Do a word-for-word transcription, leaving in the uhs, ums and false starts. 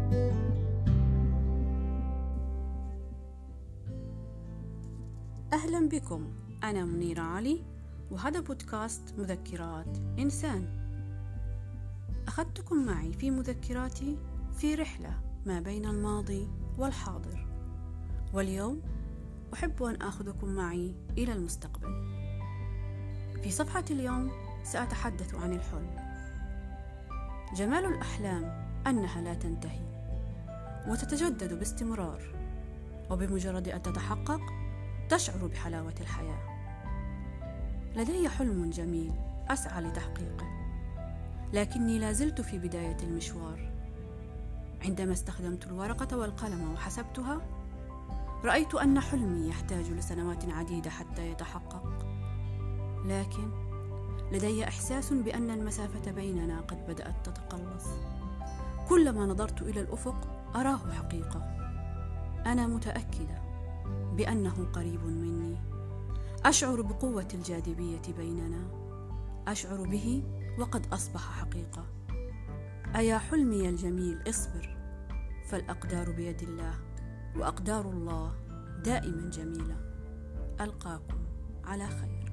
أهلا بكم، أنا منيرة علي، وهذا بودكاست مذكرات إنسان. أخذتكم معي في مذكراتي في رحلة ما بين الماضي والحاضر، واليوم أحب أن أخذكم معي إلى المستقبل. في صفحة اليوم سأتحدث عن الحلم. جمال الأحلام أنها لا تنتهي وتتجدد باستمرار، وبمجرد أن تتحقق تشعر بحلاوة الحياة. لدي حلم جميل أسعى لتحقيقه، لكني لازلت في بداية المشوار. عندما استخدمت الورقة والقلم وحسبتها، رأيت أن حلمي يحتاج لسنوات عديدة حتى يتحقق، لكن لدي إحساس بأن المسافة بيننا قد بدأت تتقلص. كلما نظرت إلى الأفق أراه حقيقة. أنا متأكدة بأنه قريب مني. أشعر بقوة الجاذبية بيننا، أشعر به وقد أصبح حقيقة. أيا حلمي الجميل، اصبر، فالأقدار بيد الله، وأقدار الله دائما جميلة. ألقاكم على خير.